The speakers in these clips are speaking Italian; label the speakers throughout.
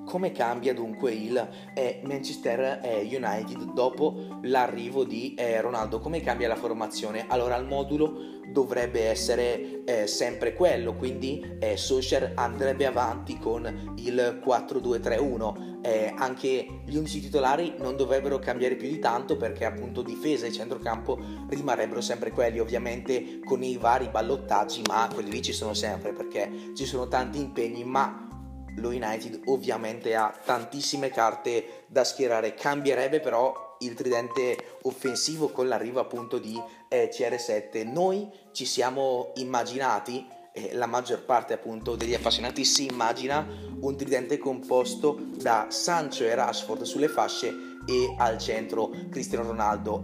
Speaker 1: come cambia dunque il Manchester United dopo l'arrivo di Ronaldo, come cambia la formazione? Allora, il modulo dovrebbe essere sempre quello, quindi Solskjaer andrebbe avanti con il 4-2-3-1, anche gli 11 titolari non dovrebbero cambiare più di tanto, perché appunto difesa e centrocampo rimarrebbero sempre quelli, ovviamente con i vari ballottaggi, ma quelli lì ci sono sempre perché ci sono tanti impegni, ma lo United ovviamente ha tantissime carte da schierare. Cambierebbe però il tridente offensivo con l'arrivo appunto di CR7. Noi ci siamo immaginati, la maggior parte appunto degli appassionati si immagina un tridente composto da Sancho e Rashford sulle fasce e al centro Cristiano Ronaldo.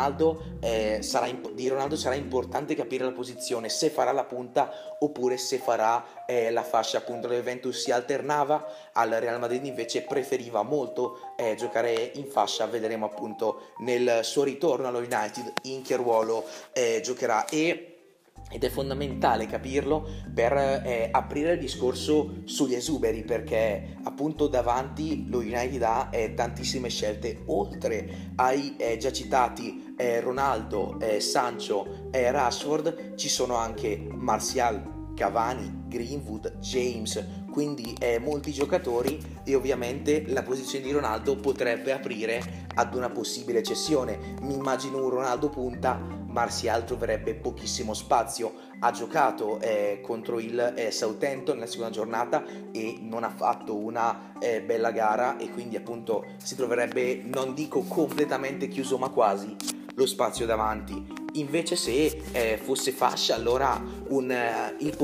Speaker 1: Di Ronaldo sarà importante capire la posizione, se farà la punta oppure se farà la fascia. Appunto la Juventus si alternava, al Real Madrid invece preferiva molto giocare in fascia. Vedremo appunto nel suo ritorno allo United in che ruolo giocherà, ed è fondamentale capirlo per aprire il discorso sugli esuberi, perché appunto davanti lo United ha tantissime scelte. Oltre ai già citati Ronaldo, Sancho e Rashford, ci sono anche Martial, Cavani, Greenwood, James, quindi molti giocatori, e ovviamente la posizione di Ronaldo potrebbe aprire ad una possibile cessione. Mi immagino un Ronaldo punta, Martial troverebbe pochissimo spazio. Ha giocato contro il Southampton nella seconda giornata e non ha fatto una bella gara, e quindi appunto si troverebbe, non dico completamente chiuso ma quasi, lo spazio davanti. Invece se fosse fascia, allora il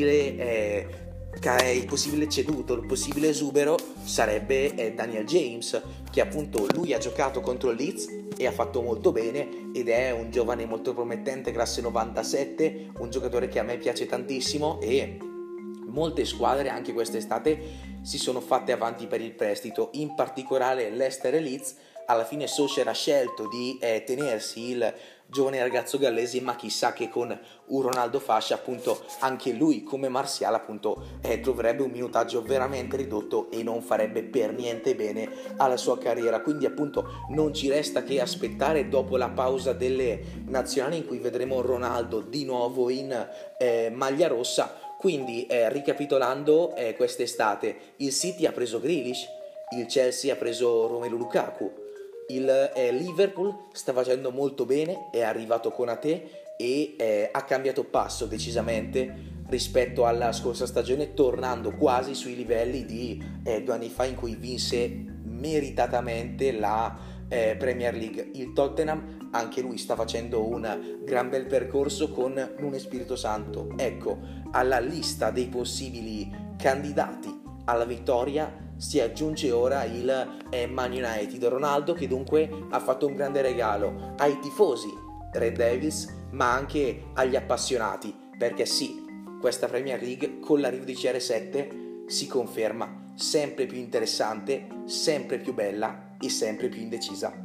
Speaker 1: possibile ceduto, il possibile esubero sarebbe Daniel James, che appunto lui ha giocato contro il Leeds e ha fatto molto bene, ed è un giovane molto promettente, classe 97, un giocatore che a me piace tantissimo, e molte squadre anche quest'estate si sono fatte avanti per il prestito, in particolare Leicester e Leeds. Alla fine Solskjaer ha scelto di tenersi il giovane ragazzo gallese, ma chissà che con un Ronaldo fascia appunto anche lui, come Martial appunto, troverebbe un minutaggio veramente ridotto e non farebbe per niente bene alla sua carriera. Quindi appunto non ci resta che aspettare dopo la pausa delle nazionali, in cui vedremo Ronaldo di nuovo in maglia rossa. Quindi ricapitolando, quest'estate il City ha preso Grealish, il Chelsea ha preso Romelu Lukaku, il Liverpool sta facendo molto bene, è arrivato Konaté e ha cambiato passo decisamente rispetto alla scorsa stagione, tornando quasi sui livelli di 2 anni fa, in cui vinse meritatamente la Premier League. Il Tottenham, anche lui sta facendo un gran bel percorso con Nuno Espirito Santo. Ecco, alla lista dei possibili candidati alla vittoria si aggiunge ora il Man United. Ronaldo che dunque ha fatto un grande regalo ai tifosi Red Devils, ma anche agli appassionati, perché sì, questa Premier League con l'arrivo di CR7 si conferma sempre più interessante, sempre più bella e sempre più indecisa.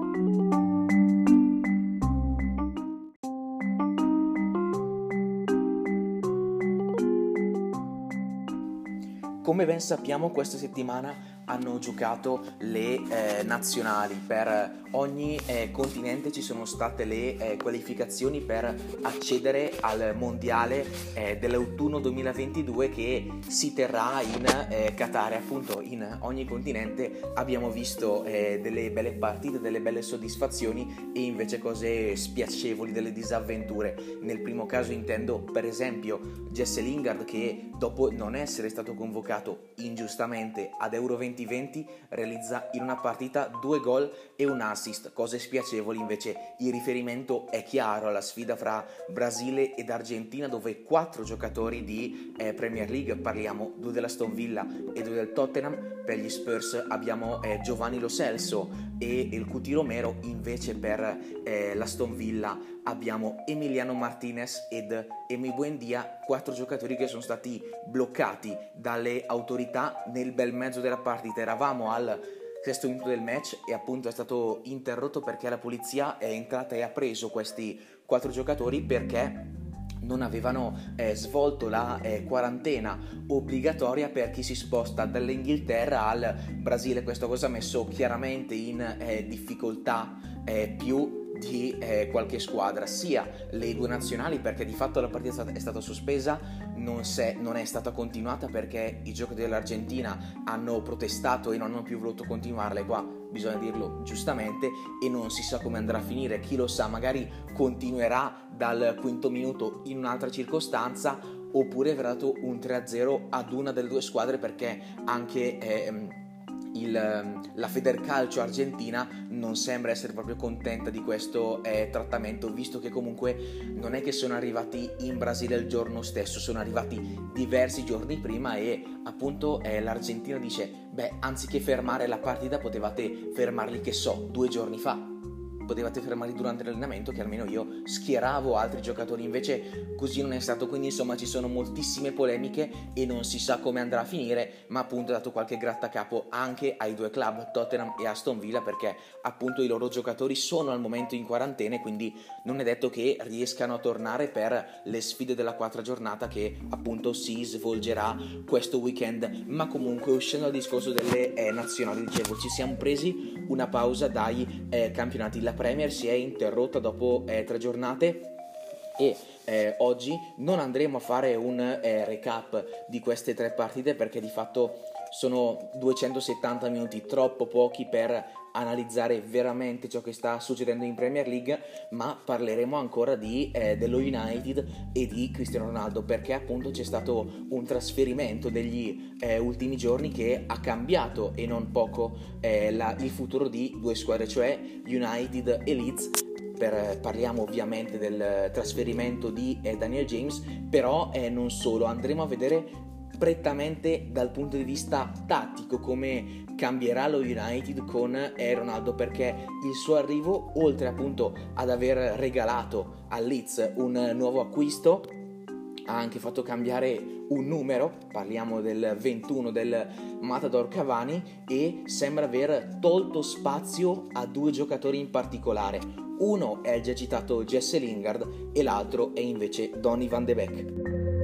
Speaker 1: Come ben sappiamo, questa settimana hanno giocato le nazionali. Per ogni continente ci sono state le qualificazioni per accedere al mondiale dell'autunno 2022, che si terrà in Qatar. Appunto in ogni continente abbiamo visto delle belle partite, delle belle soddisfazioni, e invece cose spiacevoli, delle disavventure. Nel primo caso intendo per esempio Jesse Lingard, che dopo non essere stato convocato ingiustamente ad Euro 2020 realizza in una partita 2 gol e un assist, cose spiacevoli. Invece il riferimento è chiaro alla sfida fra Brasile ed Argentina, dove 4 giocatori di Premier League, parliamo 2 dell'Aston Villa e 2 del Tottenham. Per gli Spurs abbiamo Giovanni Lo Celso e il Cuti Romero, invece per l'Aston Villa abbiamo Emiliano Martinez ed Emi Buendia, 4 giocatori che sono stati bloccati dalle autorità nel bel mezzo della partita. Eravamo al 6° minuto del match e appunto è stato interrotto perché la polizia è entrata e ha preso questi 4 giocatori, perché non avevano svolto la quarantena obbligatoria per chi si sposta dall'Inghilterra al Brasile. Questa cosa ha messo chiaramente in difficoltà più di qualche squadra, sia le due nazionali, perché di fatto la partita è stata sospesa, non è stata continuata perché i giocatori dell'Argentina hanno protestato e non hanno più voluto continuarle. Qua bisogna dirlo giustamente, e non si sa come andrà a finire. Chi lo sa, magari continuerà dal quinto minuto in un'altra circostanza, oppure verrà dato un 3-0 ad una delle due squadre, perché anche la Federcalcio argentina non sembra essere proprio contenta di questo trattamento, visto che comunque non è che sono arrivati in Brasile il giorno stesso, sono arrivati diversi giorni prima, e appunto l'Argentina dice: beh, anziché fermare la partita potevate fermarli, che so, 2 giorni fa, potevate fermarli durante l'allenamento, che almeno io schieravo altri giocatori. Invece così non è stato, quindi insomma ci sono moltissime polemiche e non si sa come andrà a finire, ma appunto ha dato qualche grattacapo anche ai due club, Tottenham e Aston Villa, perché appunto i loro giocatori sono al momento in quarantena e quindi non è detto che riescano a tornare per le sfide della 4ª giornata che appunto si svolgerà questo weekend. Ma comunque, uscendo dal discorso delle nazionali, dicevo, ci siamo presi una pausa dai campionati. La Premier si è interrotta dopo 3 giornate e oggi non andremo a fare un recap di queste 3 partite, perché di fatto sono 270 minuti, troppo pochi per analizzare veramente ciò che sta succedendo in Premier League, ma parleremo ancora dello United e di Cristiano Ronaldo, perché appunto c'è stato un trasferimento degli ultimi giorni che ha cambiato e non poco il futuro di 2 squadre, cioè United e Leeds. Parliamo ovviamente del trasferimento di Daniel James, però non solo, andremo a vedere prettamente dal punto di vista tattico come cambierà lo United con Ronaldo, perché il suo arrivo, oltre appunto ad aver regalato al Leeds un nuovo acquisto, ha anche fatto cambiare un numero, parliamo del 21 del Matador Cavani, e sembra aver tolto spazio a 2 giocatori in particolare. Uno è il già citato Jesse Lingard e l'altro è invece Donny van de Beek.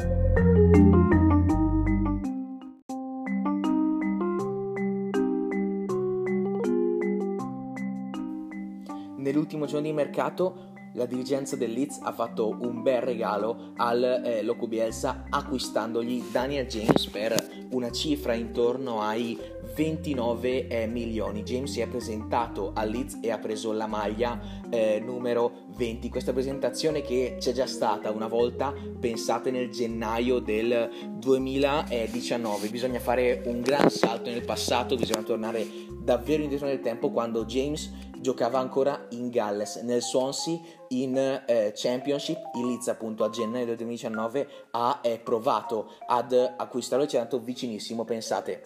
Speaker 1: Nell'ultimo giorno di mercato la dirigenza del Leeds ha fatto un bel regalo al Loco Bielsa, acquistandogli Daniel James per una cifra intorno ai 29 milioni. James si è presentato al Leeds e ha preso la maglia numero 20. Questa presentazione, che c'è già stata una volta, pensate, nel gennaio del 2019. Bisogna fare un gran salto nel passato, bisogna tornare davvero indietro nel tempo, quando James giocava ancora in Galles, nel Swansea, in Championship. Il Leeds appunto a gennaio del 2019 ha provato ad acquistarlo e ci è andato vicinissimo. Pensate,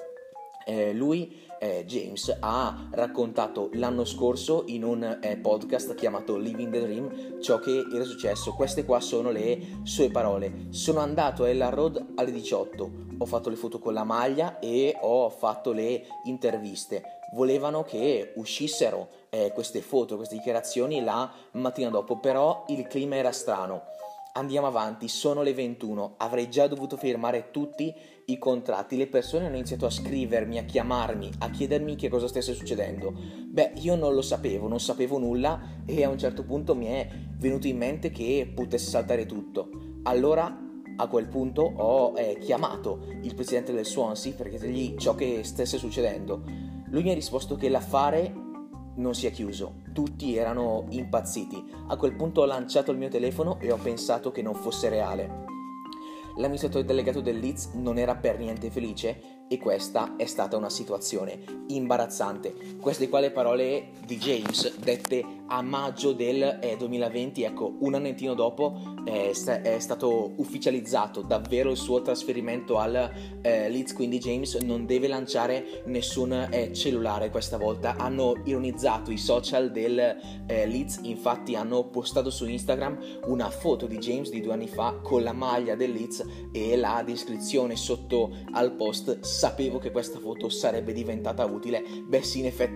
Speaker 1: James ha raccontato l'anno scorso in un podcast chiamato Living the Dream ciò che era successo. Queste qua sono le sue parole: sono andato a Elland Road alle 18, ho fatto le foto con la maglia e ho fatto le interviste. Volevano che uscissero queste foto, queste dichiarazioni la mattina dopo, però il clima era strano. Andiamo avanti, sono le 21, avrei già dovuto firmare tutti i contratti. Le persone hanno iniziato a scrivermi, a chiamarmi, a chiedermi che cosa stesse succedendo. Beh, io non lo sapevo, non sapevo nulla, e a un certo punto mi è venuto in mente che potesse saltare tutto. Allora, a quel punto ho chiamato il presidente del Swansea per chiedergli ciò che stesse succedendo. Lui mi ha risposto che l'affare non si è chiuso, tutti erano impazziti. A quel punto ho lanciato il mio telefono e ho pensato che non fosse reale. L'amministratore delegato del Leeds non era per niente felice, e questa è stata una situazione imbarazzante. Queste qua le parole di James, dette a maggio del 2020. Ecco, un annetino dopo è stato ufficializzato davvero il suo trasferimento al Leeds, quindi James non deve lanciare nessun cellulare questa volta. Hanno ironizzato i social del Leeds, infatti hanno postato su Instagram una foto di James di 2 anni fa con la maglia del Leeds e la descrizione sotto al post: sapevo che questa foto sarebbe diventata utile. Beh sì, in effetti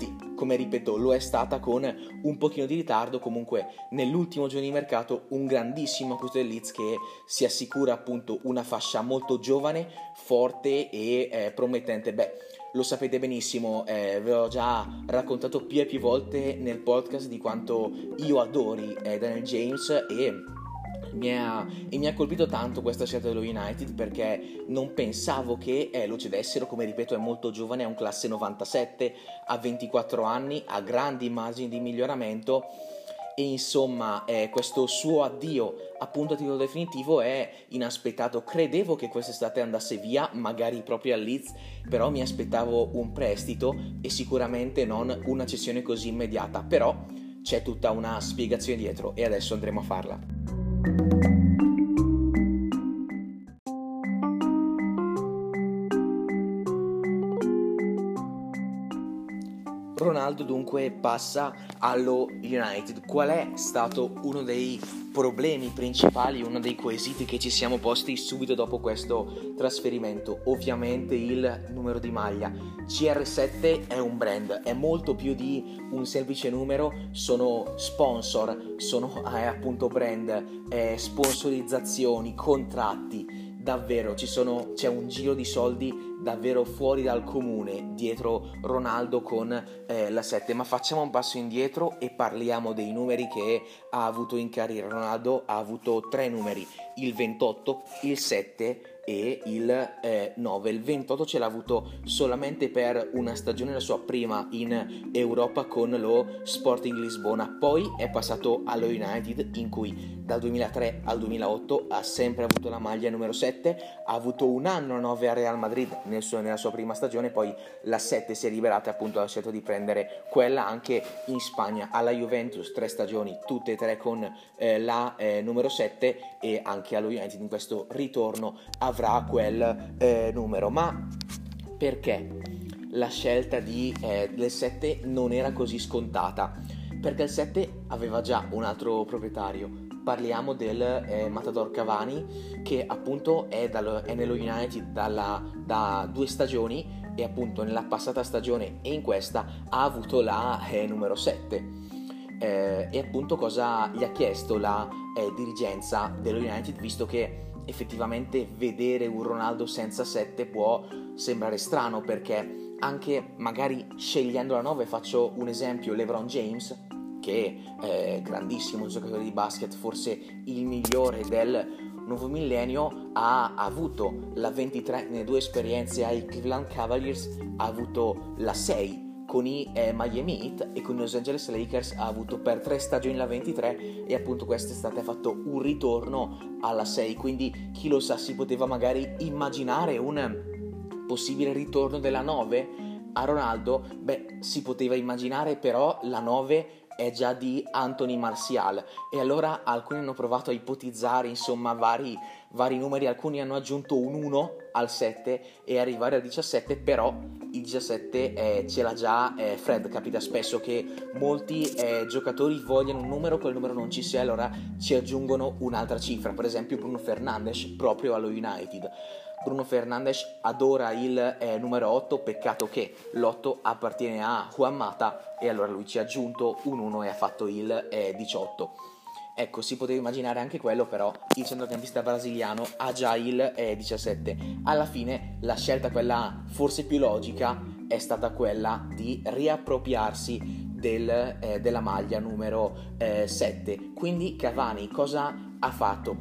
Speaker 1: come ripeto lo è stata con un pochino di ritardo. Comunque nell'ultimo giorno di mercato un grandissimo acquisto del Leeds che si assicura appunto una fascia molto giovane, forte e promettente. Lo sapete benissimo, ve l'ho già raccontato più e più volte nel podcast di quanto io adori Daniel James e mi ha colpito tanto questa scelta dello United, perché non pensavo che lo cedessero. Come ripeto, è molto giovane, è un classe 97, ha 24 anni, ha grandi margini di miglioramento e insomma questo suo addio appunto a titolo definitivo è inaspettato. Credevo che quest'estate andasse via, magari proprio al Leeds, però mi aspettavo un prestito e sicuramente non una cessione così immediata. Però c'è tutta una spiegazione dietro e adesso andremo a farla. Ronaldo dunque passa allo United. Qual è stato uno dei problemi principali, uno dei quesiti che ci siamo posti subito dopo questo trasferimento? Ovviamente il numero di maglia. CR7 è un brand, è molto più di un semplice numero, sono sponsor, sono appunto brand, sponsorizzazioni, contratti. Davvero c'è un giro di soldi davvero fuori dal comune dietro Ronaldo con la 7. Ma facciamo un passo indietro e parliamo dei numeri che ha avuto in carriera. Ronaldo ha avuto 3 numeri, il 28, il 7 e il 9. Il 28 ce l'ha avuto solamente per una stagione, la sua prima in Europa con lo Sporting Lisbona. Poi è passato allo United, in cui dal 2003 al 2008 ha sempre avuto la maglia numero 7, ha avuto un anno a 9 a Real Madrid nella sua prima stagione, poi la 7 si è liberata e appunto ha scelto di prendere quella anche in Spagna alla Juventus, 3 stagioni tutte e 3 con la numero 7, e anche allo United in questo ritorno avrà quel numero. Ma perché la scelta del 7 non era così scontata? Perché il 7 aveva già un altro proprietario. Parliamo del Matador Cavani, che appunto è nello United da 2 stagioni, e appunto nella passata stagione e in questa ha avuto la numero 7. E appunto cosa gli ha chiesto la dirigenza dello United, visto che effettivamente vedere un Ronaldo senza 7 può sembrare strano, perché anche magari scegliendo la 9, faccio un esempio, LeBron James, che è grandissimo giocatore di basket, forse il migliore del nuovo millennio, ha avuto la 23 nelle 2 esperienze ai Cleveland Cavaliers, ha avuto la 6 con i Miami Heat e con i Los Angeles Lakers ha avuto per 3 stagioni la 23, e appunto quest'estate ha fatto un ritorno alla 6. Quindi chi lo sa, si poteva magari immaginare un possibile ritorno della 9 a Ronaldo. Si poteva immaginare, però la 9 è già di Anthony Martial, e allora alcuni hanno provato a ipotizzare insomma vari numeri, alcuni hanno aggiunto un 1 al 7 e arrivare al 17, però il 17 ce l'ha già Fred. Capita spesso che molti giocatori vogliono un numero, quel numero non ci sia, allora ci aggiungono un'altra cifra. Per esempio Bruno Fernandes proprio allo United. Bruno Fernandes adora il numero 8, peccato che l'8 appartiene a Juan Mata, e allora lui ci ha aggiunto un 1 e ha fatto il 18. Ecco, si poteva immaginare anche quello, però il centrocampista brasiliano ha già il 17. Alla fine la scelta, quella forse più logica, è stata quella di riappropriarsi della maglia numero 7. Quindi Cavani cosa ha fatto?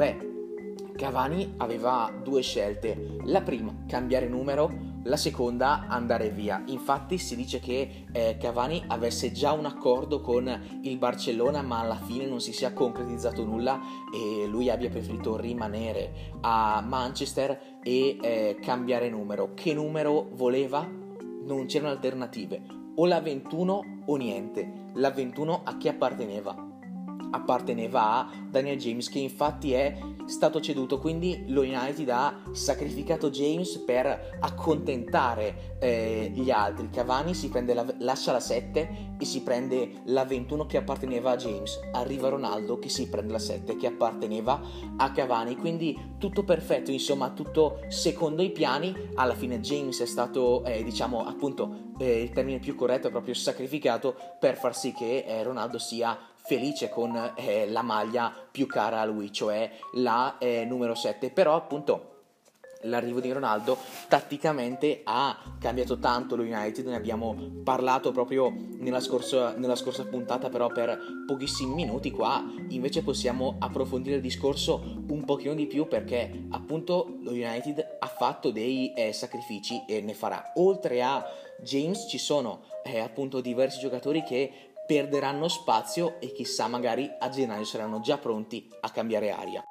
Speaker 1: Cavani aveva 2 scelte: la prima cambiare numero, la seconda andare via. Infatti si dice che Cavani avesse già un accordo con il Barcellona, ma alla fine non si sia concretizzato nulla e lui abbia preferito rimanere a Manchester e cambiare numero. Che numero voleva? Non c'erano alternative, o la 21 o niente. La 21 a chi apparteneva? apparteneva a Daniel James, che infatti è stato ceduto, quindi lo United ha sacrificato James per accontentare gli altri. Cavani si prende lascia la 7 e si prende la 21 che apparteneva a James, arriva Ronaldo che si prende la 7 che apparteneva a Cavani, quindi tutto perfetto, insomma tutto secondo i piani. Alla fine James è stato diciamo appunto il termine più corretto è proprio sacrificato per far sì che Ronaldo sia felice con la maglia più cara a lui, cioè la numero 7. Però appunto l'arrivo di Ronaldo tatticamente ha cambiato tanto lo United, ne abbiamo parlato proprio nella scorsa puntata, però per pochissimi minuti. Qua invece possiamo approfondire il discorso un pochino di più, perché appunto lo United ha fatto dei sacrifici e ne farà. Oltre a James ci sono appunto diversi giocatori che perderanno spazio e chissà magari a gennaio saranno già pronti a cambiare aria.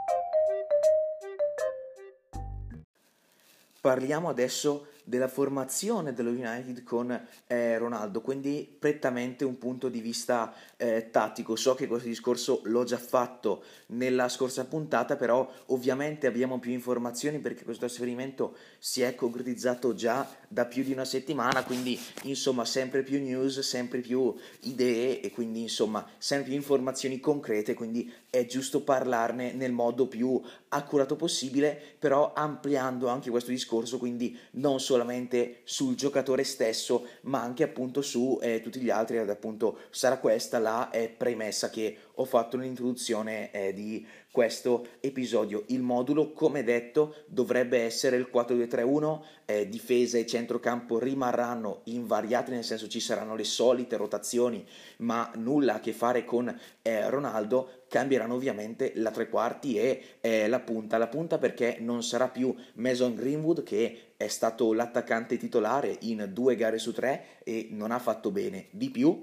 Speaker 1: Parliamo adesso della formazione dello United con Ronaldo, quindi prettamente un punto di vista tattico. So che questo discorso l'ho già fatto nella scorsa puntata, però ovviamente abbiamo più informazioni perché questo trasferimento si è concretizzato già da più di una settimana, quindi insomma sempre più news, sempre più idee e quindi insomma sempre più informazioni concrete, quindi è giusto parlarne nel modo più accurato possibile, però ampliando anche questo discorso, quindi non solamente sul giocatore stesso ma anche appunto su tutti gli altri. Ed appunto sarà questa la premessa che ho fatto nell'introduzione di questo episodio. Il modulo, come detto, dovrebbe essere il 4-2-3-1, difesa e centrocampo rimarranno invariati, nel senso ci saranno le solite rotazioni ma nulla a che fare con Ronaldo. Cambieranno ovviamente la tre quarti e la punta perché non sarà più Mason Greenwood, che è stato l'attaccante titolare in 2 gare su 3 e non ha fatto bene di più,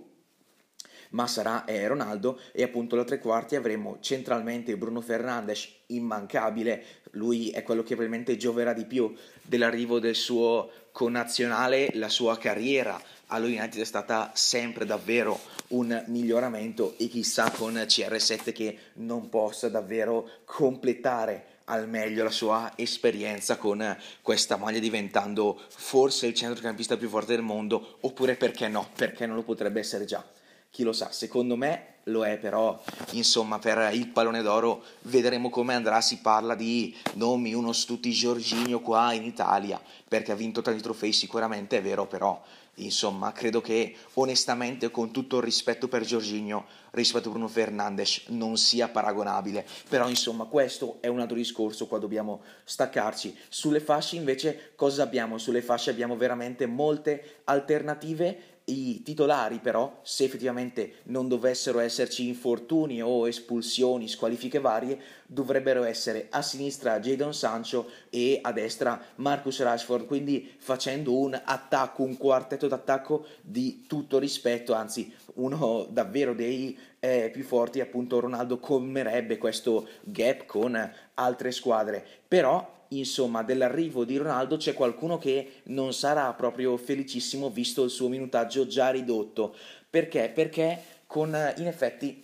Speaker 1: ma sarà Ronaldo. E appunto la tre quarti avremo centralmente Bruno Fernandes, immancabile, lui è quello che probabilmente gioverà di più dell'arrivo del suo connazionale. La sua carriera allo United è stata sempre davvero un miglioramento e chissà con CR7 che non possa davvero completare al meglio la sua esperienza con questa maglia, diventando forse il centrocampista più forte del mondo, oppure perché no, perché non lo potrebbe essere già, chi lo sa. Secondo me lo è, però insomma per il pallone d'oro vedremo come andrà. Si parla di nomi, uno stuti Jorginho qua in Italia perché ha vinto tanti trofei, sicuramente è vero, però insomma credo che onestamente, con tutto il rispetto per Jorginho, rispetto a Bruno Fernandes non sia paragonabile. Però insomma questo è un altro discorso, qua dobbiamo staccarci. Sulle fasce invece cosa abbiamo? Sulle fasce abbiamo veramente molte alternative. I titolari però, se effettivamente non dovessero esserci infortuni o espulsioni, squalifiche varie, dovrebbero essere a sinistra Jadon Sancho e a destra Marcus Rashford, quindi facendo un attacco, un quartetto d'attacco di tutto rispetto, anzi uno davvero dei più forti. Appunto Ronaldo colmerebbe questo gap con altre squadre, però insomma dell'arrivo di Ronaldo c'è qualcuno che non sarà proprio felicissimo visto il suo minutaggio già ridotto. Perché in effetti,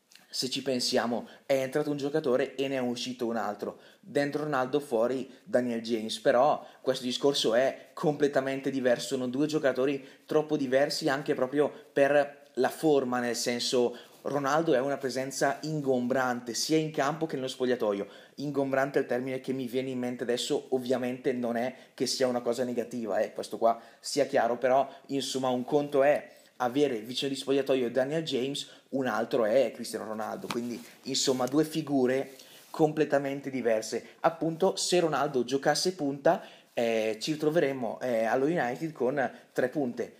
Speaker 1: se ci pensiamo, è entrato un giocatore e ne è uscito un altro, dentro Ronaldo fuori Daniel James, però questo discorso è completamente diverso, sono due giocatori troppo diversi anche proprio per la forma, nel senso Ronaldo è una presenza ingombrante sia in campo che nello spogliatoio. Ingombrante è il termine che mi viene in mente adesso, ovviamente non è che sia una cosa negativa, questo qua sia chiaro, però insomma un conto è avere vicino di spogliatoio Daniel James, un altro è Cristiano Ronaldo, quindi insomma due figure completamente diverse. Appunto se Ronaldo giocasse punta ci troveremmo allo United con 3 punte.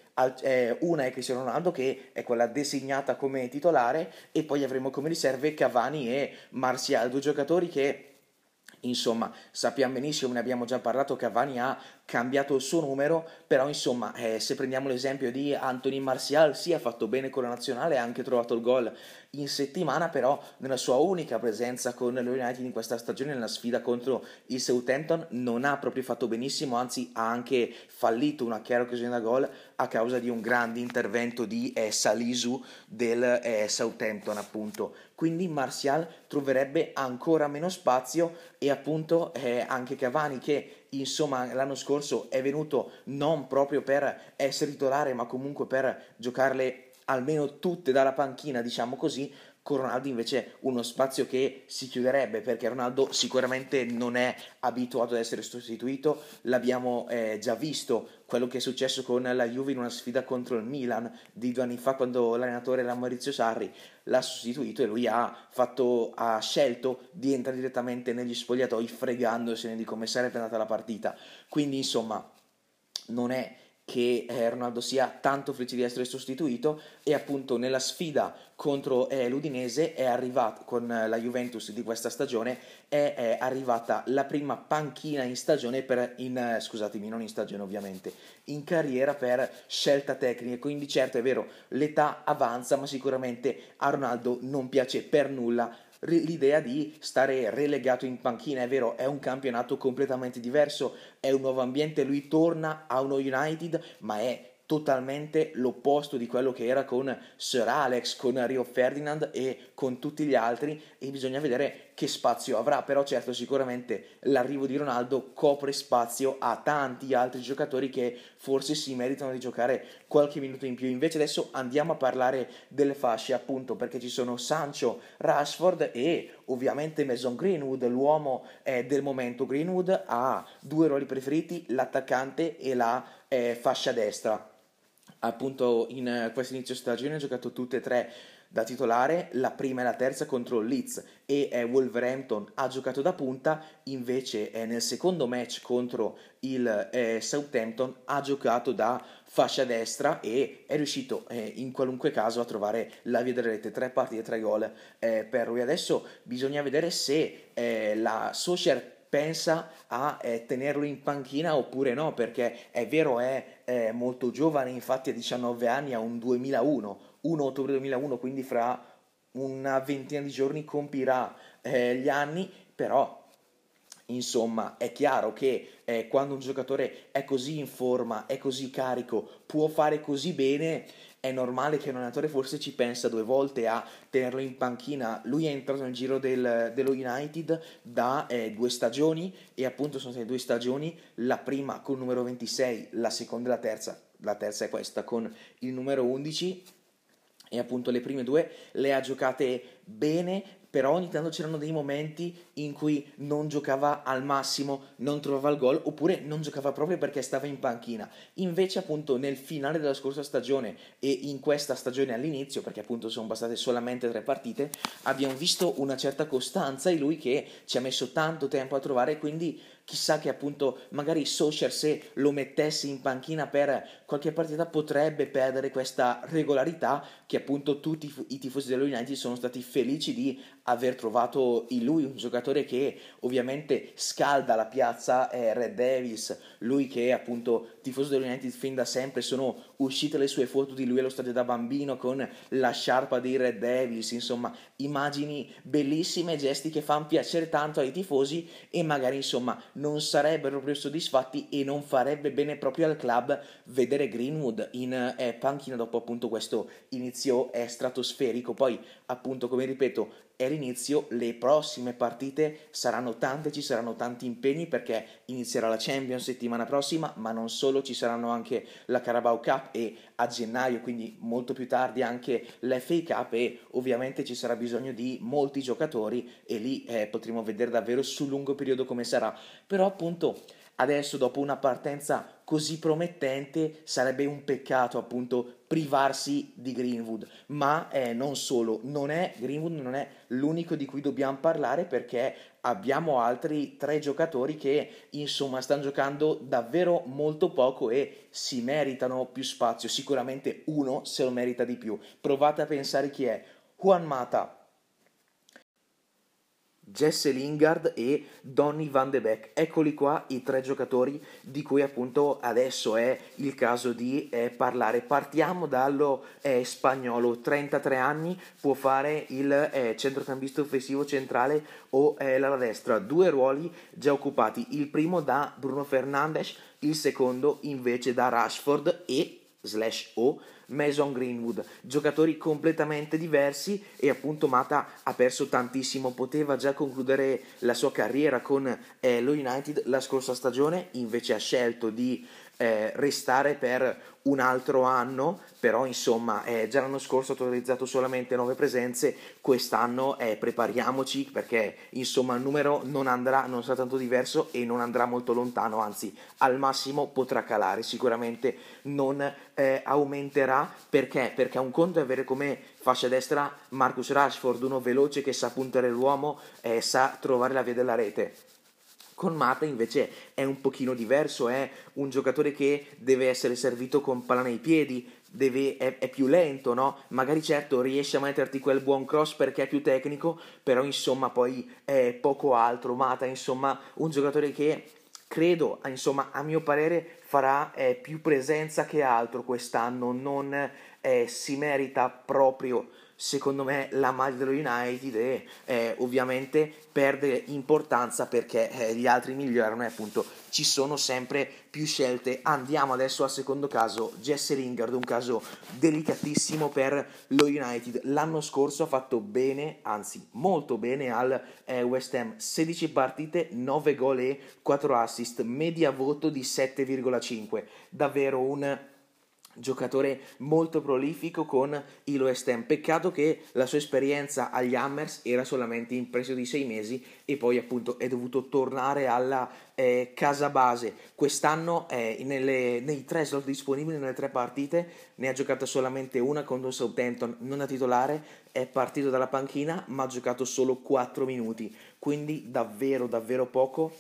Speaker 1: Una è Cristiano Ronaldo, che è quella designata come titolare, e poi avremo come riserve Cavani e Martial, due giocatori che insomma sappiamo benissimo, ne abbiamo già parlato, Cavani ha cambiato il suo numero, però insomma se prendiamo l'esempio di Anthony Martial, sì, ha fatto bene con la nazionale, ha anche trovato il gol in settimana, però nella sua unica presenza con lo United in questa stagione nella sfida contro il Southampton non ha proprio fatto benissimo, anzi ha anche fallito una chiara occasione da gol a causa di un grande intervento di Salisu del Southampton appunto. Quindi Martial troverebbe ancora meno spazio e appunto anche Cavani che insomma l'anno scorso è venuto non proprio per essere titolare ma comunque per giocarle almeno tutte dalla panchina, diciamo così, con Ronaldo invece uno spazio che si chiuderebbe perché Ronaldo sicuramente non è abituato ad essere sostituito, l'abbiamo già visto quello che è successo con la Juve in una sfida contro il Milan di 2 anni fa quando l'allenatore era Maurizio Sarri, l'ha sostituito e lui ha scelto di entrare direttamente negli spogliatoi fregandosene di come sarebbe andata la partita, quindi insomma non è che Ronaldo sia tanto felice di essere sostituito e appunto nella sfida contro l'Udinese è arrivato con la Juventus di questa stagione è arrivata la prima panchina in stagione scusatemi, non in stagione ovviamente, in carriera per scelta tecnica, quindi certo è vero l'età avanza ma sicuramente a Ronaldo non piace per nulla l'idea di stare relegato in panchina, è vero, è un campionato completamente diverso, è un nuovo ambiente, lui torna a uno United, ma è totalmente l'opposto di quello che era con Sir Alex, con Rio Ferdinand e con tutti gli altri e bisogna vedere che spazio avrà, però certo sicuramente l'arrivo di Ronaldo copre spazio a tanti altri giocatori che forse si meritano di giocare qualche minuto in più. Invece adesso andiamo a parlare delle fasce appunto perché ci sono Sancho, Rashford e ovviamente Mason Greenwood, l'uomo del momento. Greenwood ha 2 ruoli preferiti, l'attaccante e la fascia destra. Appunto in questo inizio stagione ha giocato tutte e 3 da titolare, la prima e la terza contro Leeds e Wolverhampton ha giocato da punta, invece nel secondo match contro il Southampton ha giocato da fascia destra e è riuscito in qualunque caso a trovare la via delle rete, 3 partite, 3 gol per lui. Adesso bisogna vedere se la Solskjaer pensa a tenerlo in panchina oppure no, perché è vero è molto giovane, infatti a 19 anni, ha un 2001, 1 ottobre 2001, quindi fra una ventina di giorni compirà gli anni, però insomma è chiaro che quando un giocatore è così in forma, è così carico, può fare così bene, è normale che un allenatore forse ci pensa 2 volte a tenerlo in panchina. Lui è entrato nel giro dello United da 2 stagioni e appunto sono state 2 stagioni, la prima con il numero 26, la seconda e la terza è questa con il numero 11 e appunto le prime 2 le ha giocate bene, però ogni tanto c'erano dei momenti in cui non giocava al massimo, non trovava il gol oppure non giocava proprio perché stava in panchina. Invece appunto nel finale della scorsa stagione e in questa stagione all'inizio, perché appunto sono bastate solamente 3 partite, abbiamo visto una certa costanza in lui che ci ha messo tanto tempo a trovare, quindi chissà che appunto magari Solskjaer se lo mettesse in panchina per qualche partita potrebbe perdere questa regolarità che appunto tutti i tifosi dello United sono stati felici di aver trovato in lui, un giocatore che ovviamente scalda la piazza Red Devils, lui che è appunto tifoso dello United fin da sempre, sono uscite le sue foto di lui allo stadio da bambino con la sciarpa dei Red Devils, insomma immagini bellissime, gesti che fanno piacere tanto ai tifosi e magari insomma non sarebbero proprio soddisfatti e non farebbe bene proprio al club vedere Greenwood in panchina dopo appunto questo inizio stratosferico. Poi appunto come ripeto è l'inizio, le prossime partite saranno tante, ci saranno tanti impegni perché inizierà la Champions settimana prossima, ma non solo, ci saranno anche la Carabao Cup e a gennaio, quindi molto più tardi anche l'FA Cup e ovviamente ci sarà bisogno di molti giocatori e lì potremo vedere davvero sul lungo periodo come sarà. Però appunto adesso dopo una partenza così promettente sarebbe un peccato appunto privarsi di Greenwood, ma non solo, Greenwood non è l'unico di cui dobbiamo parlare perché abbiamo altri 3 giocatori che insomma stanno giocando davvero molto poco e si meritano più spazio, sicuramente uno se lo merita di più. Provate a pensare chi è. Juan Mata, Jesse Lingard e Donny van de Beek. Eccoli qua i 3 giocatori di cui appunto adesso è il caso di parlare. Partiamo dallo spagnolo, 33 anni, può fare il centrocampista offensivo centrale o l'ala destra, 2 ruoli già occupati, il primo da Bruno Fernandes, il secondo invece da Rashford e/o Mason Greenwood, giocatori completamente diversi, e appunto Mata ha perso tantissimo, poteva già concludere la sua carriera con lo United la scorsa stagione, invece ha scelto di restare per un altro anno, però insomma già l'anno scorso ha totalizzato solamente 9 presenze, quest'anno prepariamoci perché insomma il numero non sarà tanto diverso e non andrà molto lontano, anzi al massimo potrà calare, sicuramente non aumenterà. Perché un conto è avere come fascia destra Marcus Rashford, uno veloce che sa puntare l'uomo, sa trovare la via della rete. Con Mata invece è un pochino diverso, è un giocatore che deve essere servito con palla nei piedi, è più lento, no? Magari certo riesce a metterti quel buon cross perché è più tecnico, però insomma poi è poco altro. Mata insomma un giocatore che credo, insomma a mio parere farà più presenza che altro quest'anno, non si merita proprio secondo me la maglia dello United e ovviamente perde importanza perché gli altri migliorano e appunto ci sono sempre più scelte. Andiamo adesso al secondo caso, Jesse Lingard, un caso delicatissimo per lo United. L'anno scorso ha fatto bene, anzi molto bene al West Ham, 16 partite, 9 gol e 4 assist, media voto di 7,5, davvero un giocatore molto prolifico con il West Ham. Peccato che la sua esperienza agli Hammers era solamente in prestito di 6 mesi e poi appunto è dovuto tornare alla casa base. Quest'anno nei 3 slot disponibili, nelle 3 partite, ne ha giocata solamente una contro Southampton, non da titolare, è partito dalla panchina ma ha giocato solo 4 minuti, quindi davvero davvero poco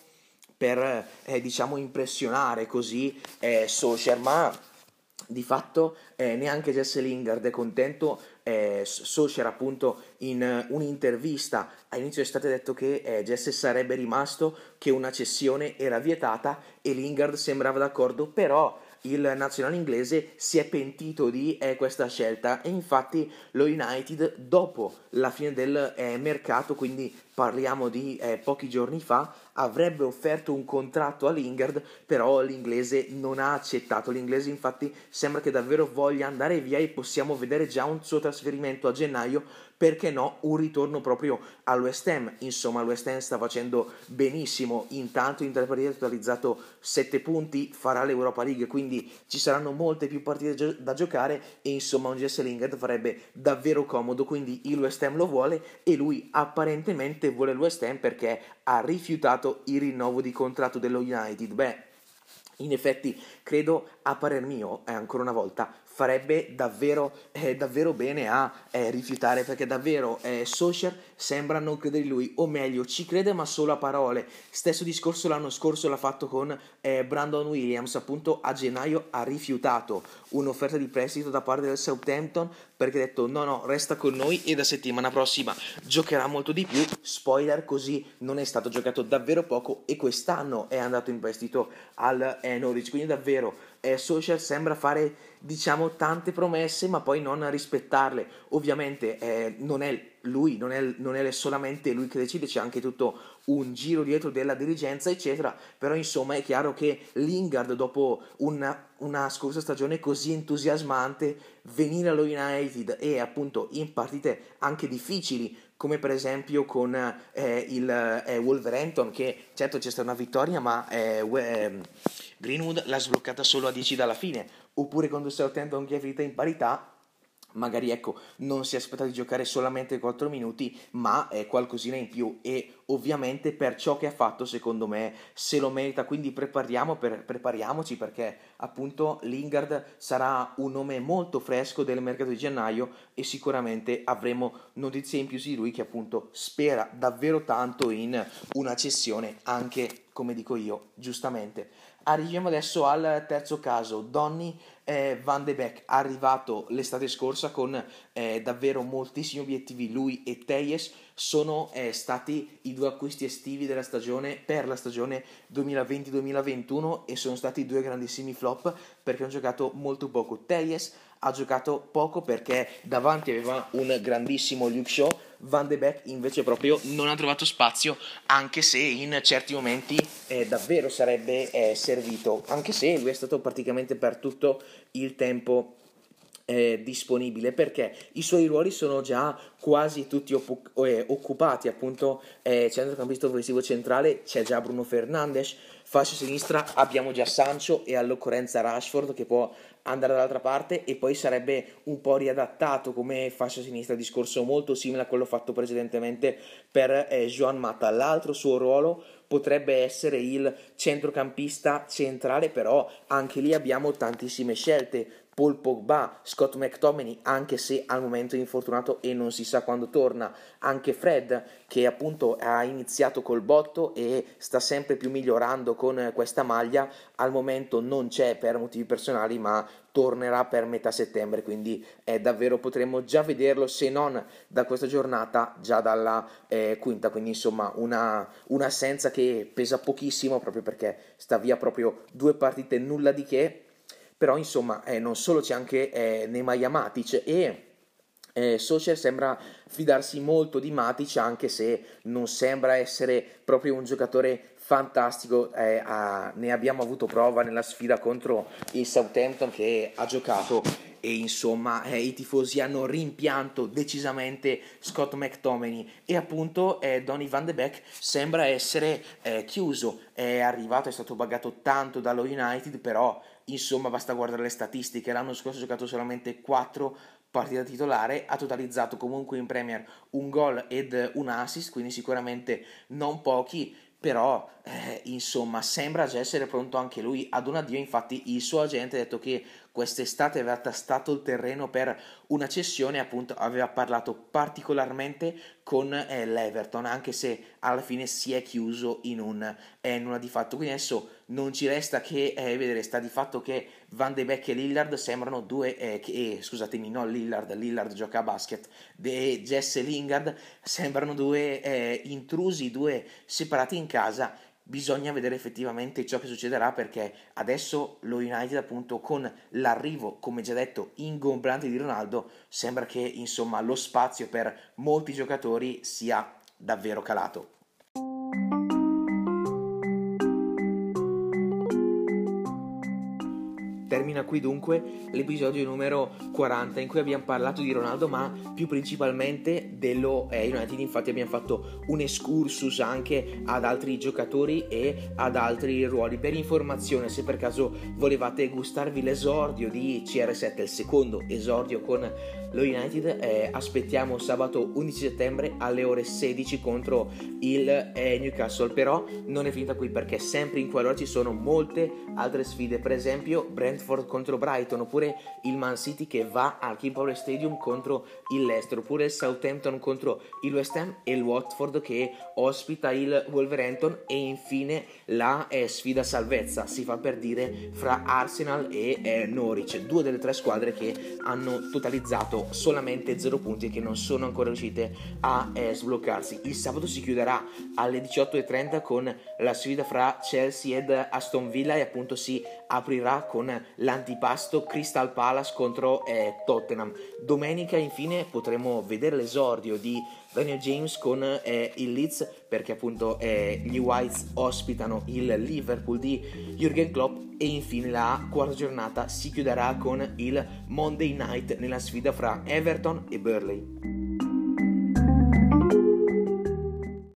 Speaker 1: per diciamo impressionare così Solskjaer, ma di fatto neanche Jesse Lingard è contento. Solskjaer appunto in un'intervista a inizio estate ha detto che Jesse sarebbe rimasto, che una cessione era vietata e Lingard sembrava d'accordo, però il nazionale inglese si è pentito di questa scelta e infatti lo United dopo la fine del mercato, quindi parliamo di pochi giorni fa, avrebbe offerto un contratto a Lingard, però l'inglese non ha accettato. L'inglese infatti sembra che davvero voglia andare via e possiamo vedere già un suo trasferimento a gennaio, perché no, un ritorno proprio al West Ham. Insomma, il West Ham sta facendo benissimo, intanto in 3 partite ha totalizzato 7 punti, farà l'Europa League, quindi ci saranno molte più partite da giocare e insomma un Jesse Lingard farebbe davvero comodo, quindi il West Ham lo vuole e lui apparentemente vuole il West Ham perché ha rifiutato il rinnovo di contratto dello United. Beh, in effetti credo, a parer mio, ancora una volta, farebbe davvero bene a rifiutare, perché davvero Solskjaer sembra non credere in lui, o meglio ci crede ma solo a parole. Stesso discorso l'anno scorso l'ha fatto con Brandon Williams, appunto a gennaio ha rifiutato un'offerta di prestito da parte del Southampton perché ha detto no resta con noi e da settimana prossima giocherà molto di più. Spoiler, così non è stato giocato davvero poco e quest'anno è andato in prestito al Norwich, quindi davvero Solskjaer sembra fare diciamo tante promesse ma poi non rispettarle. Ovviamente non è solamente lui che decide, c'è anche tutto un giro dietro della dirigenza eccetera, però insomma è chiaro che Lingard dopo una scorsa stagione così entusiasmante, venire allo United e appunto in partite anche difficili come per esempio con il Wolverhampton, che certo c'è stata una vittoria ma Greenwood l'ha sbloccata solo a 10 dalla fine, oppure quando Southampton che è finita in parità, magari ecco non si aspetta di giocare solamente 4 minuti ma qualcosina in più, e ovviamente per ciò che ha fatto secondo me se lo merita, quindi prepariamoci perché appunto Lingard sarà un nome molto fresco del mercato di gennaio e sicuramente avremo notizie in più di lui, che appunto spera davvero tanto in una cessione, anche come dico io giustamente. Arriviamo adesso al terzo caso, Donny van de Beek, arrivato l'estate scorsa con davvero moltissimi obiettivi lui e Telles. Sono stati i due acquisti estivi della stagione per la stagione 2020-2021 e sono stati due grandissimi flop perché hanno giocato molto poco. Telles ha giocato poco perché davanti aveva un grandissimo Luke Shaw. Van de Beek invece proprio non ha trovato spazio, anche se in certi momenti davvero sarebbe servito, anche se lui è stato praticamente per tutto il tempo disponibile, perché i suoi ruoli sono già quasi tutti occupati. Appunto centrocampista offensivo centrale c'è già Bruno Fernandes, fascia sinistra abbiamo già Sancho e all'occorrenza Rashford che può andare dall'altra parte, e poi sarebbe un po' riadattato come fascia sinistra, discorso molto simile a quello fatto precedentemente per Juan Mata. L'altro suo ruolo potrebbe essere il centrocampista centrale, però anche lì abbiamo tantissime scelte. Paul Pogba, Scott McTominay, anche se al momento è infortunato e non si sa quando torna, anche Fred che appunto ha iniziato col botto e sta sempre più migliorando con questa maglia, al momento non c'è per motivi personali ma tornerà per metà settembre, quindi davvero potremmo già vederlo, se non da questa giornata già dalla quinta, quindi insomma un'assenza che pesa pochissimo proprio perché sta via proprio 2 partite nulla di che. Però insomma non solo, c'è anche Nemanja Matic e Solskjaer sembra fidarsi molto di Matic, anche se non sembra essere proprio un giocatore fantastico. Ne abbiamo avuto prova nella sfida contro il Southampton che ha giocato, e insomma i tifosi hanno rimpianto decisamente Scott McTominay, e appunto Donny van de Beek sembra essere chiuso, è arrivato, è stato pagato tanto dallo United, però insomma basta guardare le statistiche. L'anno scorso ha giocato solamente 4 partite da titolare, ha totalizzato comunque in Premier un gol ed un assist, quindi sicuramente non pochi, però insomma sembra già essere pronto anche lui ad un addio. Infatti il suo agente ha detto che quest'estate aveva tastato il terreno per una cessione, appunto aveva parlato particolarmente con l'Everton, anche se alla fine si è chiuso in una di fatto. Quindi adesso non ci resta che vedere. Sta di fatto che Van de Beek e Lillard sembrano due scusatemi, no, Lillard gioca a basket, e Jesse Lingard sembrano due intrusi, due separati in casa. Bisogna vedere effettivamente ciò che succederà, perché adesso lo United, appunto, con l'arrivo, come già detto, ingombrante di Ronaldo, sembra che insomma lo spazio per molti giocatori sia davvero calato. Termina qui dunque l'episodio numero 40 in cui abbiamo parlato di Ronaldo, ma più principalmente dello United. Infatti abbiamo fatto un excursus anche ad altri giocatori e ad altri ruoli. Per informazione, se per caso volevate gustarvi l'esordio di CR7, il secondo esordio con lo United, aspettiamo sabato 11 settembre alle ore 16 contro il Newcastle. Però non è finita qui, perché sempre in quell'ora ci sono molte altre sfide, per esempio Brentford contro Brighton, oppure il Man City che va al King Power Stadium contro il Leicester, oppure il Southampton contro il West Ham e il Watford che ospita il Wolverhampton, e infine la sfida salvezza, si fa per dire, fra Arsenal e Norwich, 2 delle 3 squadre che hanno totalizzato solamente 0 punti e che non sono ancora riuscite a sbloccarsi. Il sabato si chiuderà alle 18:30 con la sfida fra Chelsea ed Aston Villa, e appunto si aprirà con l'antipasto Crystal Palace contro Tottenham. Domenica infine potremo vedere l'esordio di Daniel James con il Leeds, perché appunto gli Whites ospitano il Liverpool di Jürgen Klopp, e infine la quarta giornata si chiuderà con il Monday Night nella sfida fra Everton e Burnley.